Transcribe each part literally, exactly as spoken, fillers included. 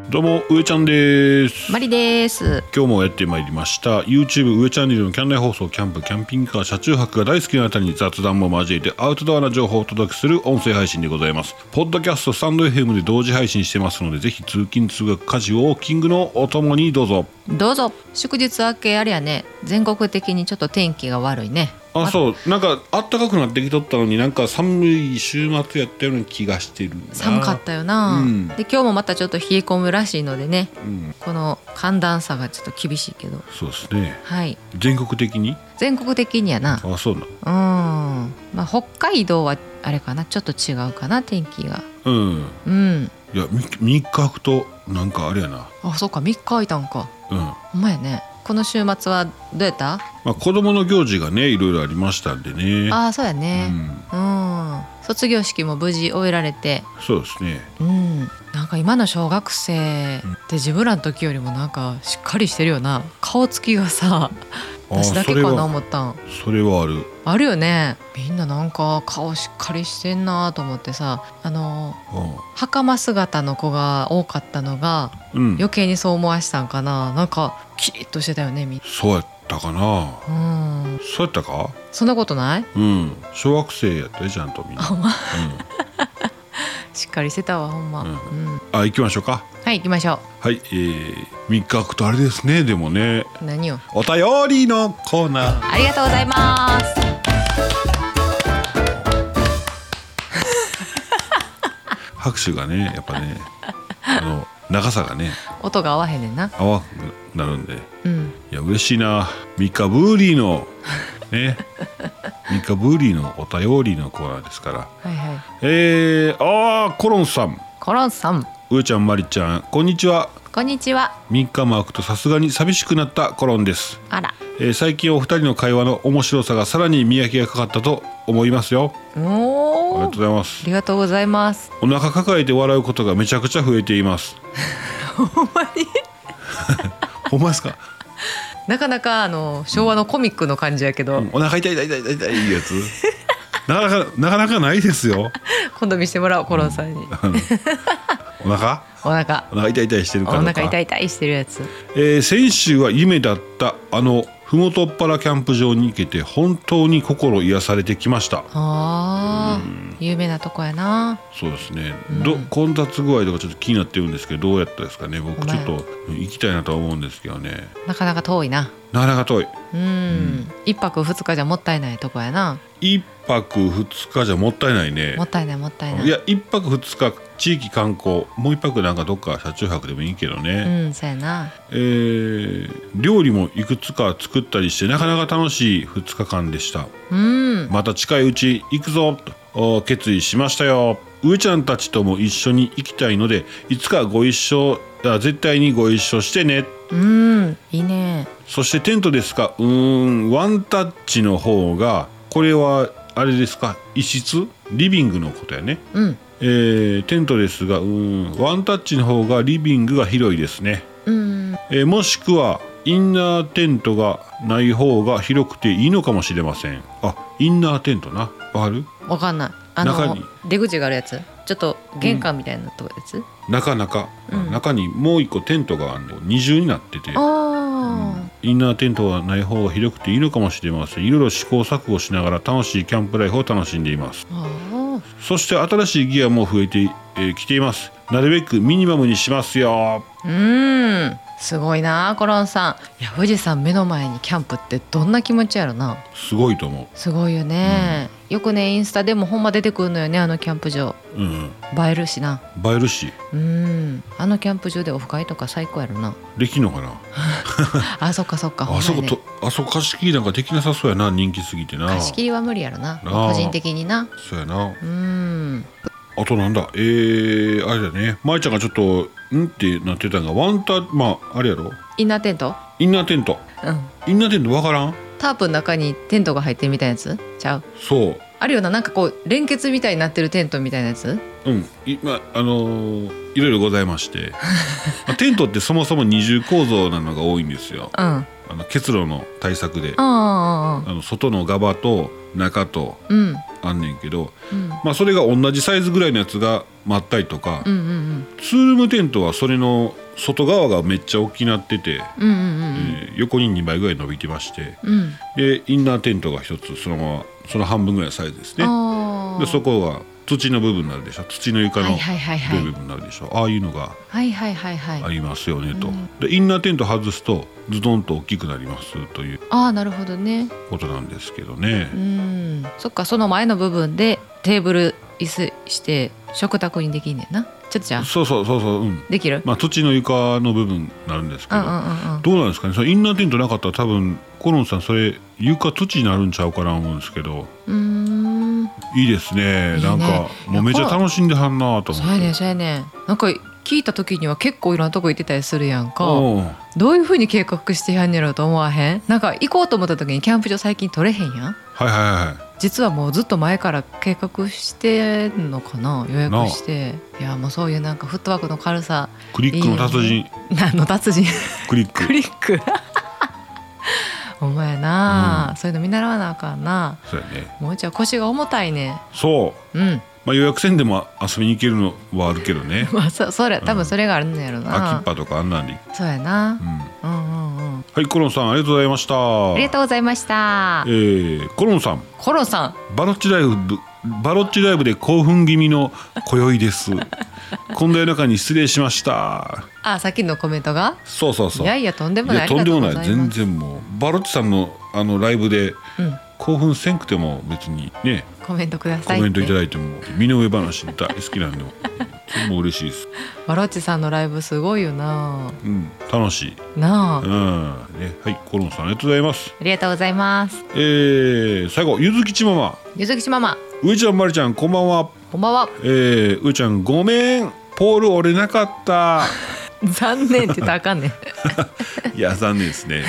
どうも上ちゃんです。 マリです。 今日もやってまいりました YouTube 上チャンネルのキャン内放送、キャンプ、キャンピングカー、車中泊が大好きなあなたに雑談も交えてアウトドアな情報をお届けする音声配信でございます。ポッドキャスト、スタンド エフエム で同時配信してますので、ぜひ通勤通学、家事、ウォーキングのお供にどうぞどうぞ。祝日明けあれやね、全国的にちょっと天気が悪いね。 あ、そう、なんか暖かくなってきとったのに、なんか寒い週末やったような気がしてるな。 寒かったよな、うん、で今日もまたちょっと冷え込むらしいのでね、うん、この寒暖差がちょっと厳しいけど。 そうですね、 はい、 全国的に全国的にやな。 あ、そうな、 うん、まあ、北海道はあれかな、ちょっと違うかな、天気が。うん、うん、 いやみっか空くとなんかあれやな。 あ、そうか、みっか空いたんか。うん、ほんまやね。この週末はどうやった？ まあ、子供の行事がね、いろいろありましたんでね。 ああ、そうやね、うん、うん、卒業式も無事終えられて。 そうですね、 うん、なんか今の小学生って自分らの時よりもなんかしっかりしてるよな。顔つきがさ、私だけかな思ったん。 それはあるあるよね。みんななんか顔しっかりしてんなと思ってさ、あの袴姿の子が多かったのが、うん、余計にそう思わしたんかな。なんかキリッとしてたよね、みんな。 そうやったかな、うん、そうやったか。 そんなことない？ うん、小学生やったよちゃんとみんな、うん、 しっかりしてたわほんま、うんうん、 あ、行きましょうか。 はい、行きましょう。 はい、えー、みっか空くとあれですね。でもね、 何を？ お便りのコーナー。 ありがとうございます。 拍手がね、やっぱね、あの長さがね、 音が合わへんねんな。 合わなるんで、うん、いや嬉しいな。みっかブーリーのね、みっかブーリーのお便りのコーナーですから。はいはい。えー、あー、コロンさん。 コロンさん。 上ちゃん、まりちゃん、こんにちは。 こんにちは。 みっかも空くとさすがに寂しくなったコロンです。 あら。 えー、最近お二人の会話の面白さがさらに見分けがかかったと思いますよ。おー、ありがとうございます。 ありがとうございます。 お腹抱えて笑うことがめちゃくちゃ増えていますほんまにほんまですか。 なかなかあの昭和のコミックの感じやけど、うん、 お腹痛い痛い痛い痛い痛いやつなかなかなかなかないですよ。 今度見せてもらおう、コロンさんに、うん、 お腹お腹お腹痛い痛いしてるからか。 お腹痛い痛いしてるやつ、 えー、先週は夢だったあのふもとっぱらキャンプ場に行けて本当に心癒されてきました。あ、 うん、有名なとこやな。 そうですね、うん、ど混雑具合とかちょっと気になってるんですけど、どうやったですかね。僕ちょっと行きたいなとは思うんですけどね。 なかなか遠いな。 なかなか遠い。 うん、うん、いっぱくふつかじゃもったいないとこやな。 いっぱくふつかじゃもったいないね。 もったいないもったいない。 いや、いっぱくふつか地域観光、もういっぱくなんかどっか車中泊でもいいけどね。 うん、そうやな。 えー、料理もいくつか作ったりしてなかなか楽しいふつかかんでした。うん、また近いうち行くぞと決意しましたよ。上ちゃんたちとも一緒に行きたいので、いつかご一緒、絶対にご一緒してね。 うん、いいね。 そしてテントですか。うーん、ワンタッチの方が、これはあれですか、一室リビングのことやね。うん、えー、テントですが、うーん、ワンタッチの方がリビングが広いですね。うん、えー、もしくはインナーテントがない方が広くていいのかもしれません。あ、インナーテントな、わかる？ わかんない。あの中に出口があるやつ、ちょっと玄関みたいなとこやつ、うん、 中中、うん、中にもう一個テントがあるの、二重になってて、あ、うん、インナーテントがない方が広くていいのかもしれません。いろいろ試行錯誤しながら楽しいキャンプライフを楽しんでいます。そして新しいギアも増えてき、えー、ています。なるべくミニマムにしますよ。 うーん、すごいなコロンさん。いや、富士山目の前にキャンプってどんな気持ちやろな。 すごいと思う。 すごいよね、うん、よくねインスタでもほんま出てくるのよね、あのキャンプ場、うん、映えるしな。 映えるし、 うん、あのキャンプ場でオフ会とか最高やろな。 できんのかなあ、そっかそっか。 あそこ、ね、とあそこ貸し切りなんかできなさそうやな、人気すぎてな。 貸し切りは無理やろな、個人的にな。 そうやな。うん、あとなんだ、えー、あれだね、まいちゃんがちょっとんってなってたのがワンタ、まああれやろ、 インナーテント。 インナーテント、うん、インナーテントわからん。 タープの中にテントが入ってるみたいなやつちゃう？ そうあるよな、なんかこう連結みたいになってるテントみたいなやつ。 うん、い、まあのー、いろいろございましてテントってそもそも二重構造なのが多いんですよ。うん、 あの結露の対策で、 ああの外の側と中とあんねんけど、 うん、 まあそれが同じサイズぐらいのやつがまったりとか、 うんうんうん、 ツールームテントはそれの外側がめっちゃ大きなってて、 うんうんうんえー、横ににばいぐらい伸びてまして、 うん、 でインナーテントが一つそのままその半分ぐらいのサイズですね。でそこが土の部分になるでしょ、土の床の部分になるでしょ、ああいうのがありますよねと、でインナーテント外すとズドンと大きくなりますというああなるほどねことなんですけどね。 うん、そっか、その前の部分でテーブル椅子して食卓にできんねんな。ちょっとじゃあそうそうそうそう、うん、 できる、 まあ土の床の部分になるんですけど、 うんうんうんうん、 どうなんですかね、そのインナーテントなかったら多分コロンさんそれ床土になるんちゃうかな思うんですけど、 うーんいいですね。いいね、なんかもうめっちゃ楽しんではんなと思って。 そうやねんそうやねん、なんか聞いた時には結構いろんなとこ行ってたりするやんか。どういう風に計画してやんねやろうと思わへん？なんか行こうと思った時にキャンプ場最近取れへんやん。 はいはいはい。 実はもうずっと前から計画してんのかな、予約して。いやもうそういうなんかフットワークの軽さ、 クリックの達人。 何の達人？ クリック。 クリック。お前な、うん、そういうの見習わなあかんな。 そうやね。 もううちは腰が重たいね。 そう。 うん。 まあ予約せんでも遊びに行けるのはあるけどね。 まあそそれ多分それがあるんやろな。 秋っぱとかあんなんで。 そうやな。 うん、 うんうんうん。 はい、コロンさんありがとうございました。 ありがとうございました。 えー、コロンさん。 コロンさん。 バロッチライブバロッチライブで興奮気味の今宵です。こんな夜中に失礼しました。 あ、さっきのコメントが。 そうそうそう。 いやいやとんでもない。 いやとんでもない。全然もうバロッチさんのあのライブで、うん、興奮せんくても別にね。 コメントください。 コメントいただいても身の上話大好きなんで、それも嬉しいです。 バロッチさんのライブすごいよな。 うん、楽しい。 なあ。 うん、ね、はい、コロンさんありがとうございます。 ありがとうございます。 えー、最後ゆずきちママ。 ゆずきちママ。 うえちゃんまりちゃんこんばんは。 こんばんは。 えー、うえちゃんごめん、ポール折れなかった。 残念って言ったらあかんねん。 いや残念ですね。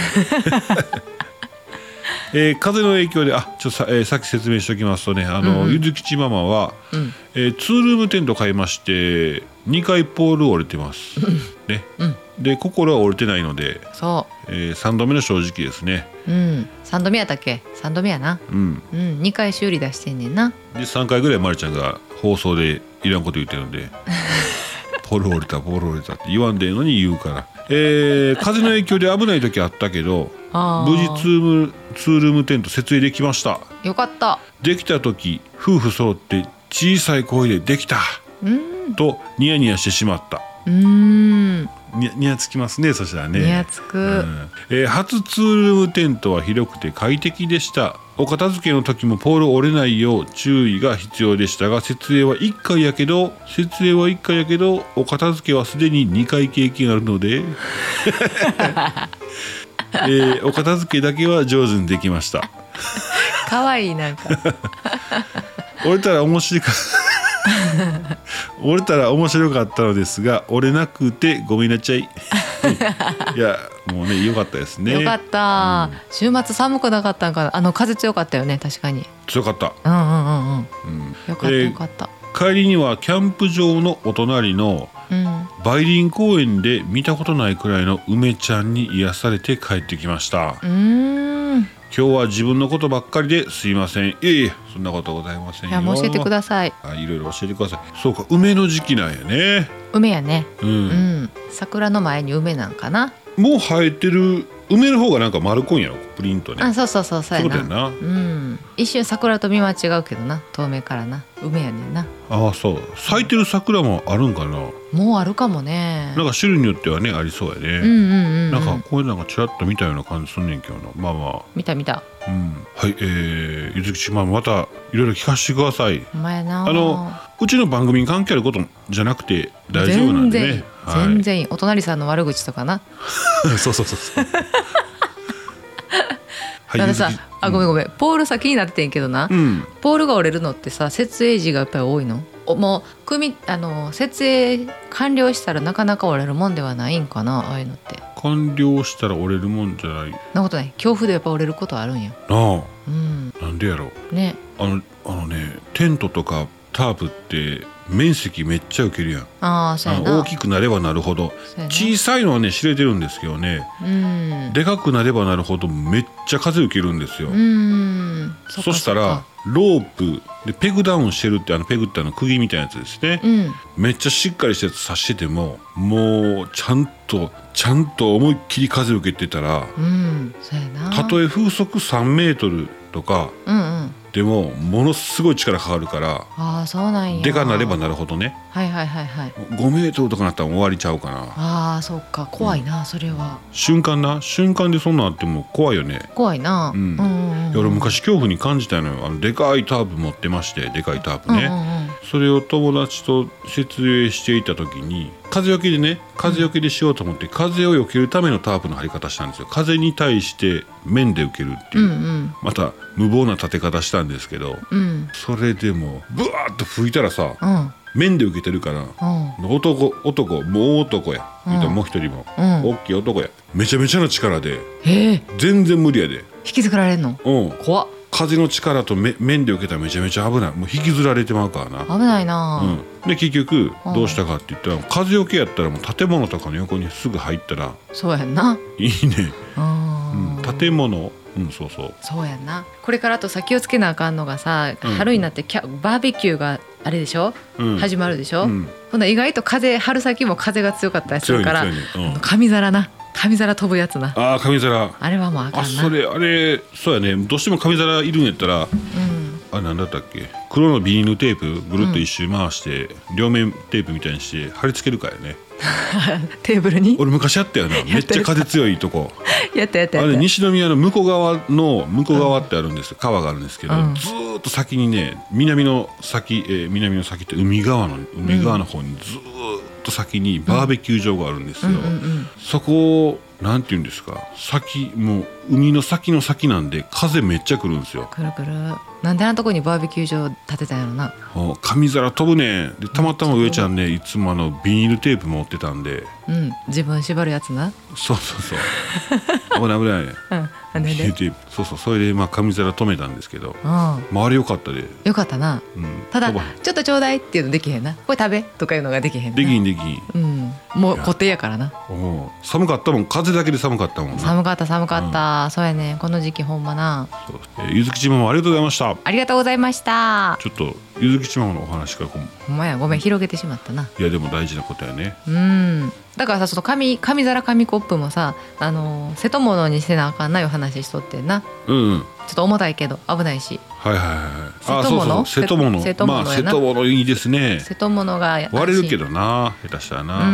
えー、風の影響であちょさ、えー、さっき説明しておきますとね、あの、うんうん、ゆずきちママは、うんえー、ツールームテント買いましてにかいポール折れてます、ねうん、で心は折れてないのでそう、 えー、さんどめの正直ですね。 うん、さんどめやったっけ。さんどめやな、うんうん、にかい修理出してんねんな。 でさんかいぐらいまりちゃんが放送でいらんこと言ってるんでポール折れたポール折れたって言わんでええのに言うから、えー、風の影響で危ない時あったけど無事ツームツールームテント設営できました。 よかった。 できた時夫婦揃って小さい声でできたとニヤニヤしてしまった。 うーんににやつきますね。そしたらねにやつく、 うんえー、初ツールームテントは広くて快適でした。お片付けの時もポール折れないよう注意が必要でしたが設営はいっかいやけど設営はいっかいやけどお片付けはすでににかい経験あるのでえー、お片付けだけは上手にできました。 かわいい。なんか折れたら面白か折れたら面白かったのですが折れなくてごめんなちゃい。いやもうね良かったですね。 よかった、うん、週末寒くなかったんかな。あの風強かったよね。確かに強かった。 うんうんうんうん、うん、よかったよかった、 えー、帰りにはキャンプ場のお隣の梅林公園で見たことないくらいの梅ちゃんに癒されて帰ってきました。 うーん今日は自分のことばっかりですいません。いえいえそんなことございませんよ。 いやもう教えてください。 あいろいろ教えてください。そうか梅の時期なんやね。 梅やね、 うん、うん、 桜の前に梅なんかな。 もう生えてる梅の方がなんか丸っこいんやろプリントね。 あそうそうそうそうやな。 そうだよな、 うん、一瞬桜と見間違うけどな遠目からな梅やねんな。 ああそう咲いてる桜もあるんかな。 もうあるかもね。 なんか種類によってはねありそうやね。 うんうんうん、うん、 なんかこういうなんかちらっと見たような感じすんねんけどな。まあまあ見た見た。 うん、はい、えー、ゆずきちままたいろいろ聞かせてください。 お前なあのうちの番組に関係あることじゃなくて大丈夫なんでね。 全然いい、はい、全然いい。お隣さんの悪口とかな。 そうそうそうそう。 はい、さあごめんごめん、ポールさ気になってんけどな、うん、ポールが折れるのってさ設営時がやっぱり多いの？もう組あの設営完了したらなかなか折れるもんではないんかな。ああいうのって完了したら折れるもんじゃないなことない。強風でやっぱ折れることあるんやなあ、 うん、 なんでやろね。 あのあのねテントとかタープって面積めっちゃ受けるやん。 ああそうやな。 大きくなればなるほど、小さいのはね知れてるんですけどね、うん、でかくなればなるほどめっちゃ風受けるんですよ。うん、そ, そしたらロープでペグダウンしてるって、あのペグってあの釘みたいなやつですね、うん、めっちゃしっかりしたやつ刺しててももうちゃんとちゃんと思いっきり風受けてたら、うん、そうやな。たとえ風速さんメートルとか、うんうん、でもものすごい力かかるから、あそうなんや。でかなればなるほどね、はいはいはいはい、ごメートルとかなったら終わりちゃうかな。ああそうか、怖いな、うん、それは。瞬間な瞬間でそんなんあっても怖いよね。怖いな、うんうんうんうん、俺昔恐怖に感じたのよ。あのでかいタープ持ってまして、でかいタープね、うんうんうん、それを友達と設営していた時に風よけでね、風よけでしようと思って、うん、風をよけるためのタープの張り方したんですよ。風に対して面で受けるっていう、うんうん、また無謀な立て方したんですけど、うん、それでもブワーッと吹いたらさ、うん、面で受けてるから、うん、男男もう男や、うん、もう一人も、うん、大きい男や、めちゃめちゃな力で、全然無理やで引きずられんの、うん、怖っ。風の力と面で受けたらめちゃめちゃ危ない。もう引きずられてまうからな。危ないな、うん、で結局どうしたかって言ったら、風よけやったらもう建物とかの横にすぐ入ったら、そうやんな、いいね、うん、建物、うん、そうそうそうやんな。これからあとさ気をつけなあかんのがさ、うん、春になってキャバーベキューがあれでしょ、うん、始まるでしょ、うん、ほんな意外と風、春先も風が強かったりするから、ねね、うん、紙皿な、紙皿飛ぶやつな。ああ紙皿、あれはもうあかんな。あそれあれそうやね、どうしても紙皿いるんやったら、うん、あなんだったっけ、黒のビニールテープぐるっと一周回して、うん、両面テープみたいにして貼り付けるからねテーブルに。俺昔やったよな、めっちゃ風強いとこやったやったやった。あれ西宮の向こう側の向こう側ってあるんですよ、うん、川があるんですけど、うん、ずーっと先にね、南の先、えー、南の先って海側の海側の方にずーっと先にバーベキュー場があるんですよ、うんうんうんうん、そこをなんていうんですか、先もう海の先の先なんで風めっちゃ来るんですよ。くるくる。なんであんなとこにバーベキュー場建てたんやろな。紙皿飛ぶね。でたまたま上ちゃんね、いつもあのビニールテープ持ってたんで、うん、自分縛るやつな。そうそうそう危ない危ないね、うん、ビニールテープ、そうそう、それでまあ紙皿止めたんですけど、うん、周りよかったで。よかったな、うん、ただちょっとちょうだいっていうのできへんな。これ食べとかいうのができへんな。できんできん、うん、もう固定やからな。お寒かったもん、風だけで寒かったもんな。寒かった寒かった、うん、そうやね、この時期ほんまな。そう、えー、ゆずきちママありがとうございました。ありがとうございました。ちょっとゆずきちママのお話からほんまや、ごめん広げてしまったな。いやでも大事なことやね。うん、だからさ、その紙紙皿紙コップもさ、あのー、瀬戸物にせなあかんないお話しとってんな。うん、うん、ちょっと重たいけど危ないし。はいはいはい。瀬戸物、瀬戸物、瀬戸物、まあ瀬戸物いいですね。瀬戸物が割れるけどな、下手したらな。うん、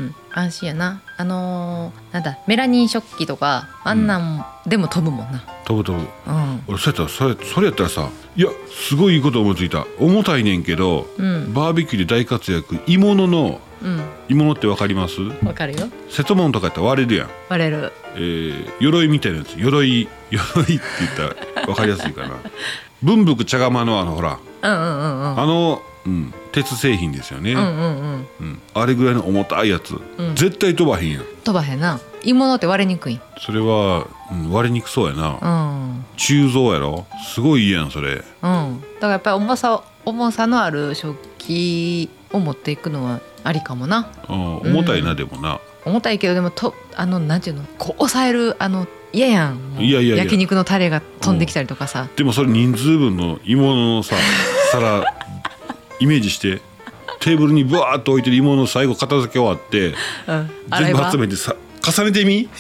安心やな。あのー、なんだメラニン食器とかあんなんでも飛ぶもんな。飛ぶ飛ぶ。うん。俺そうやったらそれそれやったらさ、いやすごいいいこと思いついた。重たいねんけど、うん、バーベキューで大活躍。鋳物の、うん、鋳物ってわかります？わかるよ。瀬戸物とかやったら割れるやん。割れる。えー、鎧みたいなやつ、鎧鎧って言ったらわかりやすいかな。文福茶釜のあのほら、うんうんうんうん、あの、うん、鉄製品ですよね、うんうんうんうん、あれぐらいの重たいやつ、うん、絶対飛ばへんやん。飛ばへんな。鋳物って割れにくい。それは、うん、割れにくそうやな、うん、鋳造やろ、すごいいいやんそれ、うん、だからやっぱり重さ重さのある食器を持っていくのはありかもな、うん、重たいな、うん、でもな重たいけど、でもとあのなんていうの、こう抑えるあの嫌やん。いやいやいや、焼肉のタレが飛んできたりとかさ、うん、でもそれ人数分の鋳物のさ皿イメージしてテーブルにブワーッと置いてる鋳物の最後片付け終わって、うん、全部集めてさ重ねてみ、うん、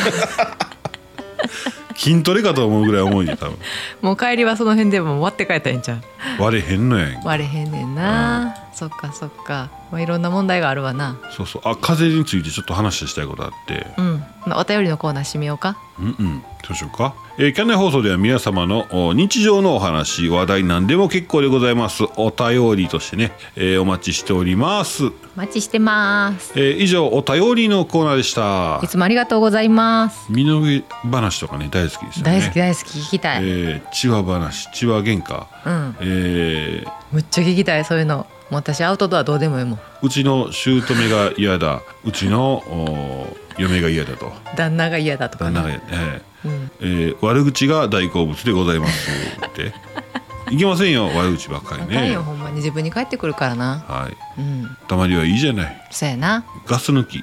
筋トレかと思うぐらい重いで多分もう帰りはその辺でも割って帰ったらいいんちゃう。割れへんのやん。割れへんねんな、うん、そっかそっか、まあ、いろんな問題があるわな。そうそう、あ、風についてちょっと話したいことあって、うん、お便りのコーナー締めようか。うんうん、どうしようか。えー、キャンナイ放送では皆様の日常のお話、話題何でも結構でございます。お便りとしてね、えー、お待ちしております。お待ちしてます。えー、以上お便りのコーナーでした。いつもありがとうございます。身の上話とかね大好きですよね。大好き大好き、聞きたい。えー、千葉話、千葉喧嘩、うん、えー、むっちゃ聞きたいそういうの。もう私アウトドアどうでもいいもん。うちの姑が嫌だ、うちの嫁が嫌だと、旦那が嫌だとか、ね、旦那が、えーうん、えー、悪口が大好物でございますっていけませんよ悪口ばっかりね。 あかんよほんまに自分に返ってくるからな。 はい、 うん、 たまりはいいじゃない。 そうやな。 ガス抜き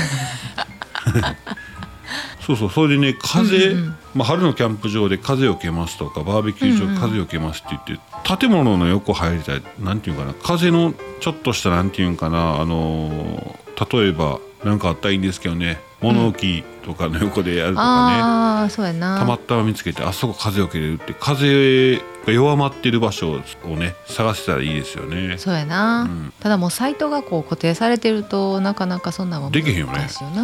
そうそう、それでね風、うんうん、まあ、春のキャンプ場で風を受けますとかバーベキュー場風を受けますって言って、うんうん、建物の横入りたい、なんていうかな、風のちょっとしたなんていうんかな、あのー、例えばなんかあったらいいんですけどね、物置とかの横でやるとかね、うん、あ、そうやな、たまったま見つけてあそこ風を受けれるって、風が弱まってる場所をね探せたらいいですよね。 そうやな、うん、ただもうサイトがこう固定されてるとなかなかそんなもんできへんよね。 うん、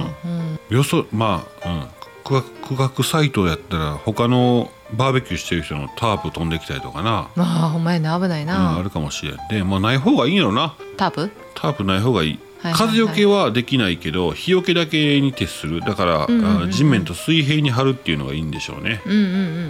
うん、 よそまあ、うん、区画、区画サイトやったら他のバーベキューしてる人のタープ飛んできたりとかな、 まあほんまやね、危ないな、 うん、あるかもしれんで、まあ、ない方がいいのな。 タープタープない方がいい。風よけはできないけど日よけだけに徹する。だから、うんうんうん、地面と水平に張るっていうのがいいんでしょうね、うんうんうん、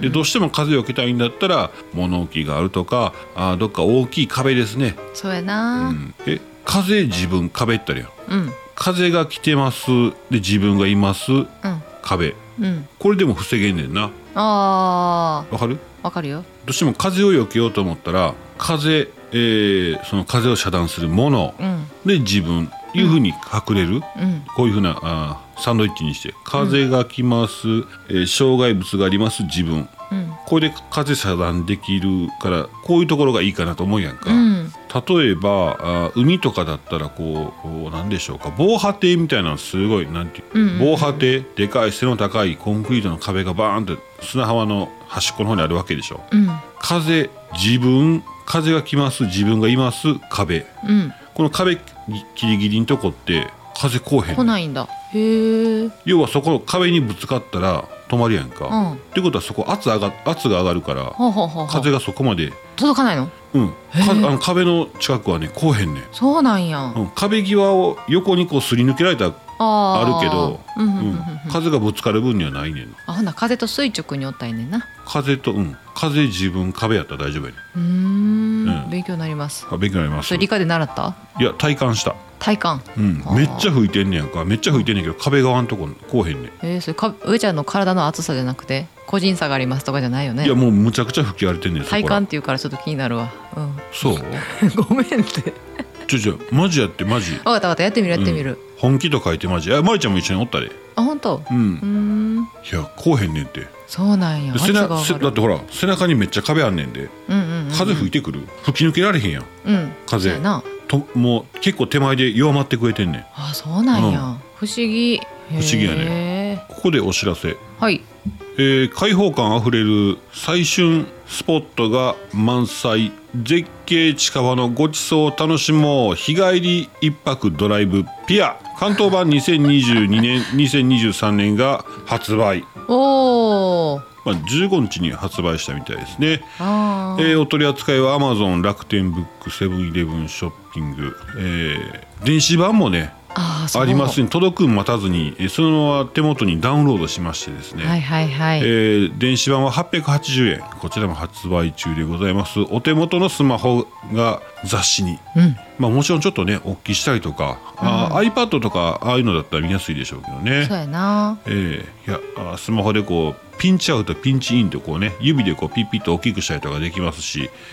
でどうしても風よけたいんだったら物置があるとか、あどっか大きい壁ですね。 そうやな、うん、 え風自分壁ってあるよ、うん、風が来てますで自分がいます、うん、壁、うん、これでも防げんねんな。あわかるわかるよ。 どうしても風をよけようと思ったら風、えー、その風を遮断するもの、うん、で自分いうふうに隠れる、うん、こういうふうなあサンドイッチにして風が来ます、うん、えー、障害物があります自分、うん、これで風遮断できるからこういうところがいいかなと思うやんか、うん、例えばあ海とかだったらこうなんでしょうか、防波堤みたいなのすごいなんていう、うんうんうん、防波堤でかい背の高いコンクリートの壁がバーンって砂浜の端っこの方にあるわけでしょ、うん、風自分風が来ます自分がいます壁、うん、この壁ギリギリのとこって風こうへん、 来ないんだ。へえ。 要はそこの壁にぶつかったら止まるやんか、うん、ってことはそこ圧上が圧が上がるからほうほうほうほう、風がそこまで届かないの。 うん、あの壁の近くはねこうへんねん。 そうなんや、 うん、壁際を横にこうすり抜けられたらあるけど、うんうんうんうん、風がぶつかる分にはないねん。 あ、ほな風と垂直におったらいいねんな。 風と、うん、風自分壁やったら大丈夫やねん。うーん、うん、勉強になります。 あ、勉強になります。 それ理科で習った？ いや体感した。 体感、 うん、めっちゃ吹いてんねやんか。めっちゃ吹いてんねんけど壁側のとここうへんねん。 えー、それか上ちゃんの体の厚さじゃなくて個人差がありますとかじゃないよね。 いやもうむちゃくちゃ吹き荒れてんねん。 体感っていうからちょっと気になるわ、うん、 そうごめんってちょちょマジやってマジ。 分かった分かった、やってみるやってみる、うん、 本気と書いてマジ。あ、まりちゃんも一緒におったで。 あ、本当。うん、うーん、 いやこうへんねんって。 そうなんや。 背中だってほら背中にめっちゃ壁あんねんで、うんうんうんうん、風吹いてくる吹き抜けられへんやん、うん、風なともう結構手前で弱まってくれてんねん。 あ、そうなんや、うん、不思議。 不思議やね。ここでお知らせ。 はい、 えー、開放感あふれる最旬スポットが満載、絶景近場のごちそうを楽しもう、日帰り一泊ドライブピア関東版にせんにじゅうにねんにせんにじゅうさんねんが発売。おー、まあ、じゅうごにちに発売したみたいですね。あ、えー、お取り扱いは Amazon、楽天ブック、セブンイレブンショッピング、えー、電子版もね あ, ありますね。届くん待たずにそのまま手元にダウンロードしましてですね、 はいはいはい、 えー、電子版ははっぴゃくはちじゅうえん、こちらも発売中でございます。お手元のスマホが雑誌に、うん、まあ、もちろんちょっとね大きしたりとか、うん、あ iPad とかああいうのだったら見やすいでしょうけどね。 そうやな、 えー、いやあスマホでこうピンチアウトピンチインとこうね指でこうピッピッと大きくしたりとかできますし、 うん、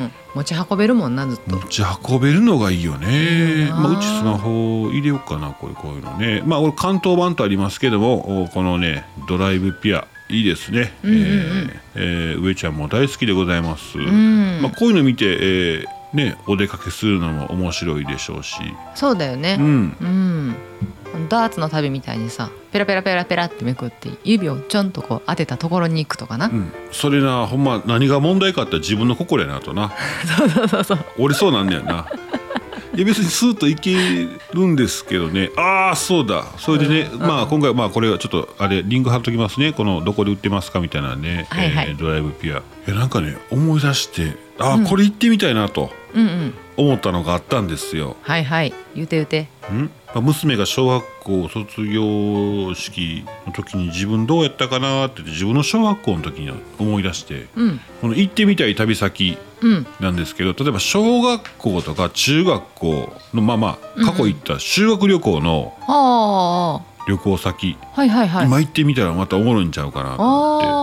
持ち運べるもんな。ずっと持ち運べるのがいいよね。まあ、うちスマホ入れようかな、これこういうのね。まあ俺関東版とありますけども、このねドライブピアいいですね、うんうんうん、えーえー、上ちゃんも大好きでございます、うん、まあ、こういうの見て、えーね、お出かけするのも面白いでしょうし。 そうだよね、うん、うん、ダーツの旅みたいにさペラペラペラペラってめくって指をちょんとこう当てたところに行くとかな、うん、 それなほんま何が問題かって自分の心やなとなそうそうそうそう、 俺そうなんだよな。いや別にスーッといけるんですけどね。ああそうだ、それでね、うん、まあ今回まあこれはちょっとあれリンク貼っときますね。このどこで売ってますかみたいなね、はいはい、えー、ドライブピア。いやなんかね思い出してああ、うん、これ行ってみたいなと思ったのがあったんですよ、うんうん、 はいはい、言うて言うて。 ん、まあ、娘が小学校卒業式の時に自分どうやったかなって自分の小学校の時に思い出して、うん、この行ってみたい旅先なんですけど、うん、例えば小学校とか中学校のまあまあ過去行った修学旅行の旅行先、 はいはいはい、 今行ってみたらまたおもろいんちゃうかなと思って。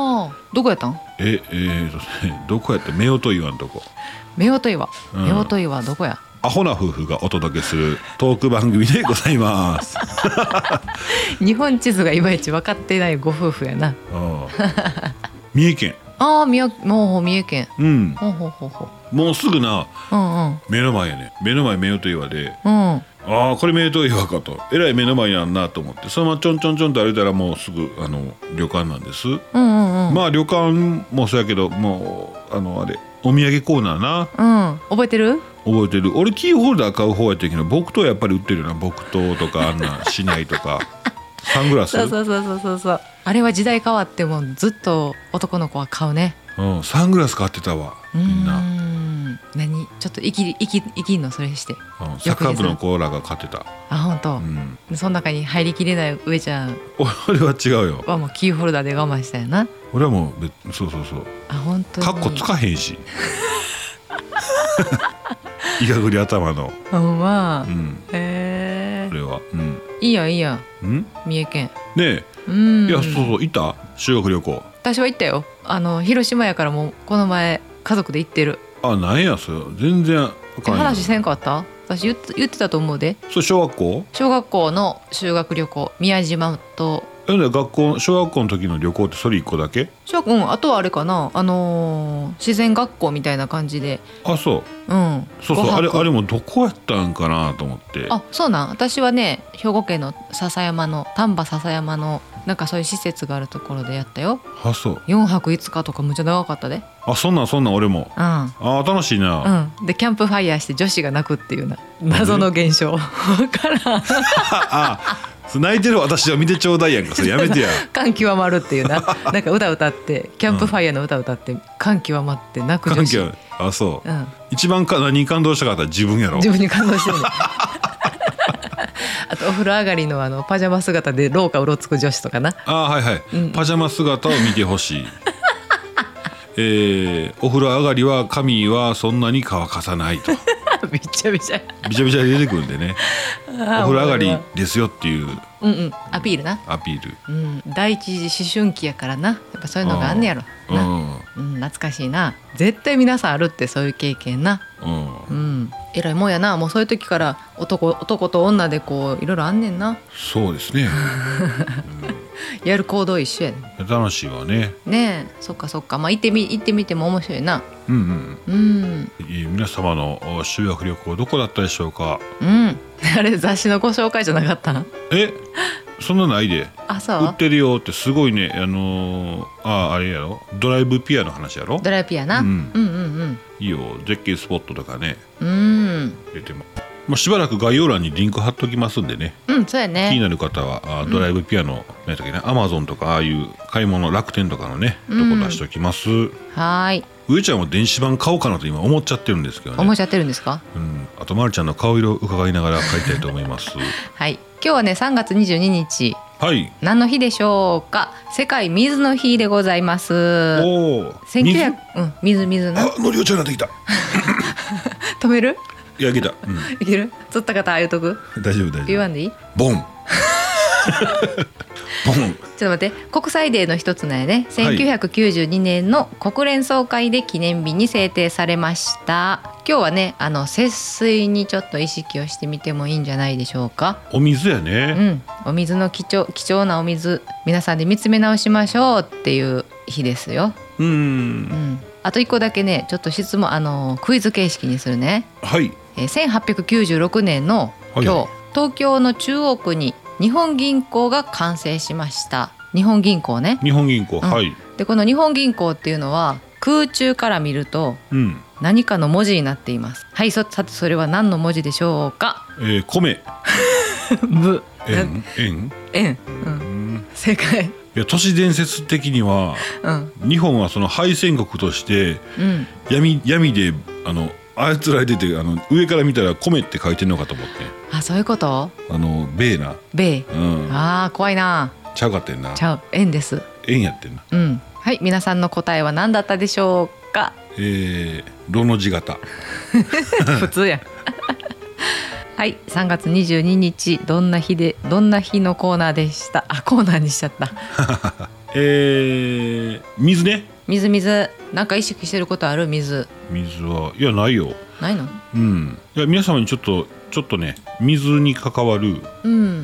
どこやったん？ ええー、とねどこやった夫婦岩のとこ。 夫婦岩、 うん、 夫婦岩どこや？ アホな夫婦がお届けするトーク番組でございます日本地図がいまいち分かってないご夫婦やな。 三重県。 ああ、もう三重県。 うん。 ほうほうほうほう。もうすぐな、 うんうん、 目の前やね。目の前夫婦岩で、 うん、 ああこれ夫婦岩かと、えらい目の前やんなと思って、そのままちょんちょんちょんと歩いたらもうすぐあの旅館なんです。うんうんうん、 まあ旅館もそうやけど、もうあのあれお土産コーナーな。 うん、覚えてる？ 覚えてる。俺キーホルダー買う方やったけど、木刀やっぱり売ってるよな。木刀とかあんなしないとかサングラス。 そうそうそうそうそう。あれは時代変わってもずっと男の子は買うね。 うん、サングラス買ってたわみんな。 うん、何ちょっと生き生き生きんのそれして、 うん、サッカー部のコーラが買ってた。 あ、本当、うん、その中に入りきれない上ちゃん俺は違うよ。 はもうキーホルダーで我慢したよな。 俺はもうそうそうそう。 あ、本当にカッコつかへんしいがぐり頭の。 ほんま、 うん、 へえ。 これは、うん、 いいやいいや。 うん、 三重県ねえ。うん、いやそうそう。行った修学旅行。 私は行ったよ。あの広島やからもうこの前家族で行ってる。 あ、なんやそれ。全然あかんやん。 話せんかった？私言って、言ってたと思うで。 それ小学校？ 小学校の修学旅行、宮島と。 え、学校小学校の時の旅行ってそれいっこだけ？ 小学校、うん、あとはあれかな、あのー、自然学校みたいな感じで。 あ、そう。うん。そうそう。あれあれもどこやったんかなと思って。 あ、そうなん。私はね、兵庫県の篠山の丹波篠山のなんかそういう施設があるところでやったよ。 あ、そう。 よんはくいつかとかむちゃ長かったで。 あ、そんなんそんなん俺も。 うん。あ、 楽しいな。 うん。でキャンプファイヤーして女子が泣くっていうな謎の現象。わからん。 あ、泣いてる私は見てちょうだいやんか。それやめてや。 感極まるっていうな。なんか歌歌ってキャンプファイヤーの歌歌って感極まって泣く女子。 あ、そう。 うん、一番か何に感動したかったら自分やろ。 自分に感動してる。あとお風呂上がりのあのパジャマ姿で廊下うろつく女子とかな。 あ、はいはい、うん、パジャマ姿を見てほしい。えー、お風呂上がりは髪はそんなに乾かさないと。 びちゃびちゃびちゃびちゃ出てくるんでね。お風呂上がりですよっていう、 うんうん、アピールな。 アピール、 うん、第一次思春期やからな。やっぱそういうのがあんねやろな、うん、懐かしいな。絶対皆さんあるってそういう経験な。うん、うん、偉いもんやな。もうそういう時から男、男と女でこういろいろあんねんな。 そうですね。 うん、やる行動一緒やね。 楽しいわね。 ねえ、そっかそっか。まあ行ってみ行ってみても面白いな。 うんうん、うん、皆様の修学旅行どこだったでしょうか。 うん、あれ雑誌のご紹介じゃなかったん？ え、そんなないで。 あ、そう。 売ってるよってすごいね。あのー、ああれやろ、ドライブピアの話やろ。 ドライブピアな、うん、うんうんうんいいよ。絶景スポットとかね、 うん、 出ても、まあ、しばらく概要欄にリンク貼っときますんでね。 うん、そうやね。 気になる方はあドライブピアの、何やったっけな、アマゾンとかああいう買い物楽天とかのね、とこ出しときます。 はい。 上ちゃんは電子版買おうかなと今思っちゃってるんですけどね。 思っちゃってるんですか？ うん。あとまるちゃんの顔色を伺いながら買いたいと思います。 はい。今日はねさんがつにじゅうににち。 はい。 何の日でしょうか？世界水の日でございます。 おお。 せんきゅうひゃく、うん、水水な。 あ、のりおちゃんになってきた。 止める？ いや、いけた。 うん、いける？釣った方ああいうとく？ 大丈夫大丈夫。 言わんでいい？ ボン。ボン。 ちょっと待って、国際デーの一つなんやね。せんきゅうひゃくきゅうじゅうにねんの国連総会で記念日に制定されました。今日はね、あの節水にちょっと意識をしてみてもいいんじゃないでしょうか。 お水やね。 うん、お水の貴重、貴重なお水、皆さんで見つめ直しましょうっていう日ですよ。 うん、うんうんあと一個だけね、ちょっと質問、あのクイズ形式にするね。 はい。 えー、せんはっぴゃくきゅうじゅうろくねんの今日、はい、東京の中央区に日本銀行が完成しました。日本銀行ね。 日本銀行、うん、はい。 でこの日本銀行っていうのは空中から見ると何かの文字になっています。はい、さてそれは何の文字でしょうか。 えー、米。 ぶ。 円。円。 円。うん。正解。 いや、都市伝説的には、うん、日本はその敗戦国として、うん、闇, 闇であの操られてて、あの上から見たら米って書いてるのかと思って。 あ、そういうこと。 あの米な。 米。 うん、 ああ、怖いな。 ちゃうかってんな。 ちゃう、円です。 円やってんな。 うん。はい、皆さんの答えは何だったでしょうか。 えー、ロの字型。 普通やん。はい、さんがつにじゅうににち、どんな日でどんな日のコーナーでした。あ、コーナーにしちゃった。 えー、水ね。 水水なんか意識してることある？水水はいやないよ。 ないの？ うんいや皆様にちょっとちょっとね水に関わる、 うん、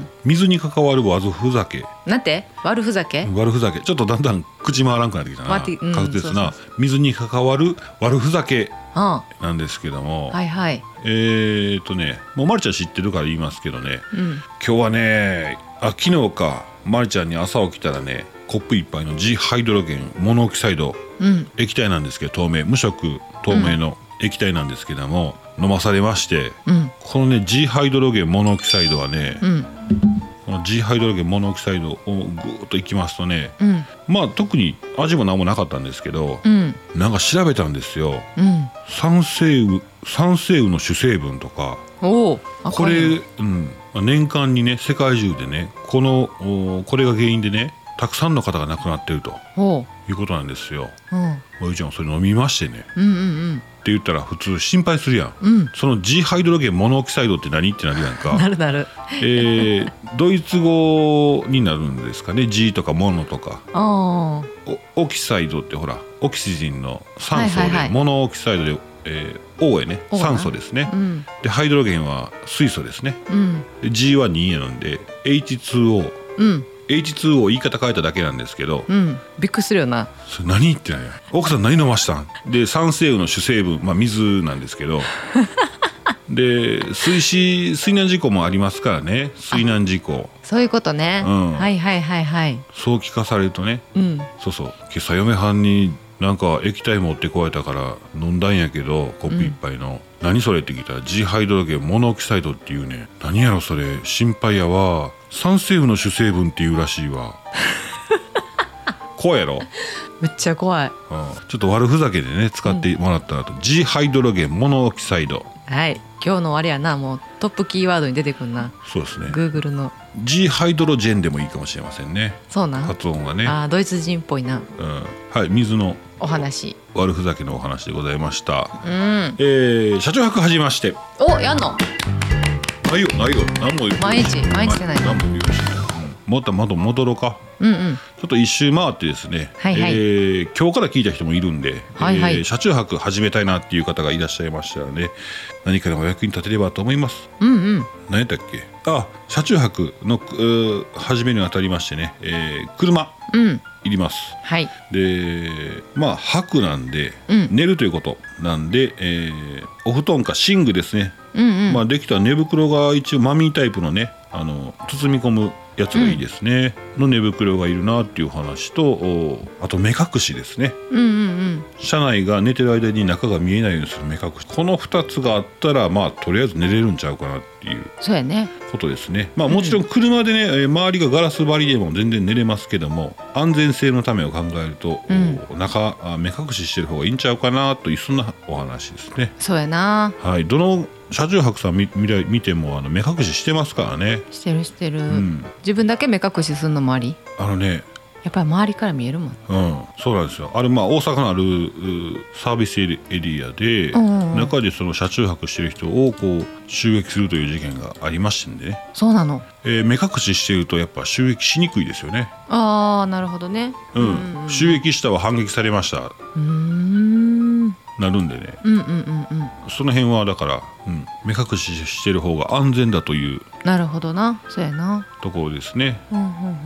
水に関わる悪ふざけ。 なんて？悪ふざけ？ 悪ふざけちょっとだんだん口回らんくなってきたな、 うん、 確実な水に関わる悪ふざけなんですけども、 はいはい、 えーとねもうまるちゃん知ってるから言いますけどね、 うん、 今日はねあ昨日かまるちゃんに朝起きたらねコップ一杯の G ハイドロゲンモノオキサイド、うん、液体なんですけど透明無色透明の液体なんですけども、うん、飲まされまして、うん、このね G ハイドロゲンモノオキサイドはね、うん、この G ハイドロゲンモノオキサイドをぐーっといきますとね、うん、まあ特に味も何もなかったんですけど、うん、なんか調べたんですよ、うん、酸性雨酸性雨の主成分とかおこれ、うん、年間にね世界中でねこのこれが原因でねたくさんの方が亡くなっているということなんですよ。おゆちゃんそれ飲みましてね、うんうんうん、って言ったら普通心配するやん、うん、その G ハイドロゲンモノオキサイドって何ってなるやんかなるなる、 えー、ドイツ語になるんですかね G とかモノとかあオキサイドってほらオキシジンの酸素で、はいはいはい、モノオキサイドでえー、O へね酸素ですね、うん、でハイドロゲンは水素ですね、うん、で G はになんで エイチツーオー、うん、エイチツーオー 言い方変えただけなんですけど、 うん、びっくりするよな。 それ何言ってないや奥さん何飲ましたんで酸性雨の主成分、まあ、水なんですけどで水死水難事故もありますからね水難事故そういうことね、うん、はいはいはいはいそう聞かされるとね、うん、そうそう今朝嫁はんになんか液体持ってこられたから飲んだんやけどコップ一杯の、うん、何それって聞いたら G ハイドロゲンモノオキサイドっていうね何やろそれ心配やわ酸性雨の主成分っていうらしいわ怖いやろめっちゃ怖い、うん、 ちょっと悪ふざけでね使ってもらったらと、うん、G ハイドロゲンモノオキサイドはい今日のあれやなもうトップキーワードに出てくるな。 そうですね Google の G ハイドロジェンでもいいかもしれませんね。 そうなん発音がねあドイツ人っぽいな、 うん、はい水のお話悪ふざけのお話でございました、うんえー、車中泊はじめましておやんのないよないよ何も毎日毎日じゃないの何も言うしない、うん、もっとまた戻ろうか、うんうん、ちょっと一周回ってですね、はいはいえー、今日から聞いた人もいるんで、はいはいえー、車中泊始めたいなっていう方がいらっしゃいましたらね何かでもお役に立てればと思います、うんうん、何やったっけあ車中泊の始めにあたりましてね、えー、車、うんいります、はい、でまあ泊なんで、うん、寝るということなんで、えー、お布団か寝具ですね、うんうんまあ、できたら寝袋が一応マミータイプのねあの包み込むやつがいいですね、うん、の寝袋がいるなっていう話とあと目隠しですね、うんうんうん、車内が寝てる間に中が見えないようにする目隠しこのふたつがあったらまあとりあえず寝れるんちゃうかなっていうそうやねことですね。まあもちろん車でね、うん、周りがガラス張りでも全然寝れますけども安全性のためを考えると、うん、中目隠ししてる方がいいんちゃうかなというそんなお話ですね。 そうやなはいどの車中泊さん 見, 見てもあの目隠ししてますからね。 してるしてる、うん、自分だけ目隠しするのもありあのねやっぱり周りから見えるもん、 うん、そうなんですよ。あれまあ大阪のあるサービスエリアで、うんうん、中でその車中泊してる人をこう襲撃するという事件がありましてんでね。 そうなの、 えー、目隠ししてるとやっぱ襲撃しにくいですよね。 ああなるほどね、 うんうんうん、襲撃したは反撃されましたうーんなるんでね、うんうんうんうん、その辺はだから、うん、目隠ししてる方が安全だというなるほどなそうやなところですね、うんうん、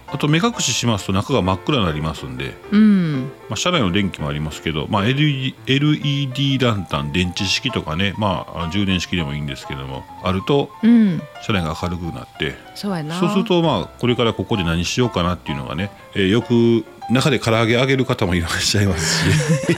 あと目隠ししますと中が真っ暗になりますんで、うんまあ、車内の電気もありますけど、まあ、エルイーディー ランタン電池式とかね、まあ、充電式でもいいんですけどもあると、うん、車内が明るくなってそうやなそうすると、まあ、これからここで何しようかなっていうのがね、えー、よく中で唐揚げ揚げる方もいらっしゃいますし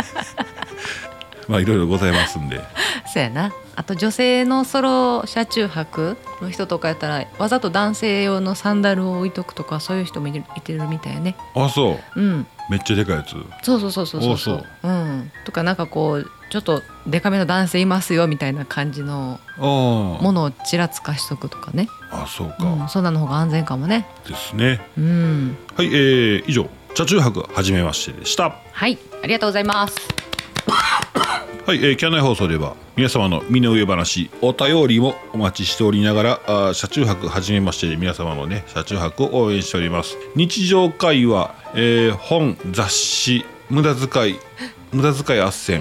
まあいろいろございますんでそうやな。あと女性のソロ車中泊の人とかやったらわざと男性用のサンダルを置いとくとかそういう人もいてるみたいやね。 あそう、うん、めっちゃでかいやつそうそうそうそうそうそう、うん、とかなんかこうちょっとデカめの男性いますよみたいな感じのものをちらつかしとくとかね。 あそうか、 うん、そんなの方が安全かもね。 ですね、うん、はい、えー、以上車中泊はじめましてでした。 はいありがとうございます。 はい、えー、キャンナイ放送では皆様の身の上話お便りもお待ちしておりながら、あ車中泊はじめましてで皆様のね車中泊を応援しております。日常会話、えー、本雑誌無駄遣い無駄遣い斡旋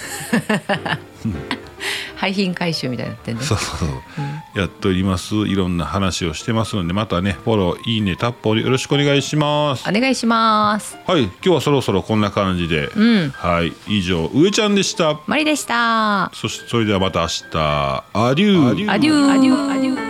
廃品回収みたいになってね。 そうそう、うん、やっております。いろんな話をしてますのでまたねフォローいいねタップよろしくお願いします。 お願いします。 はい、今日はそろそろこんな感じで、うん、はい以上上ちゃんでした。 マリでした。 そしてそれではまた明日アデューアデューアデューアデュー。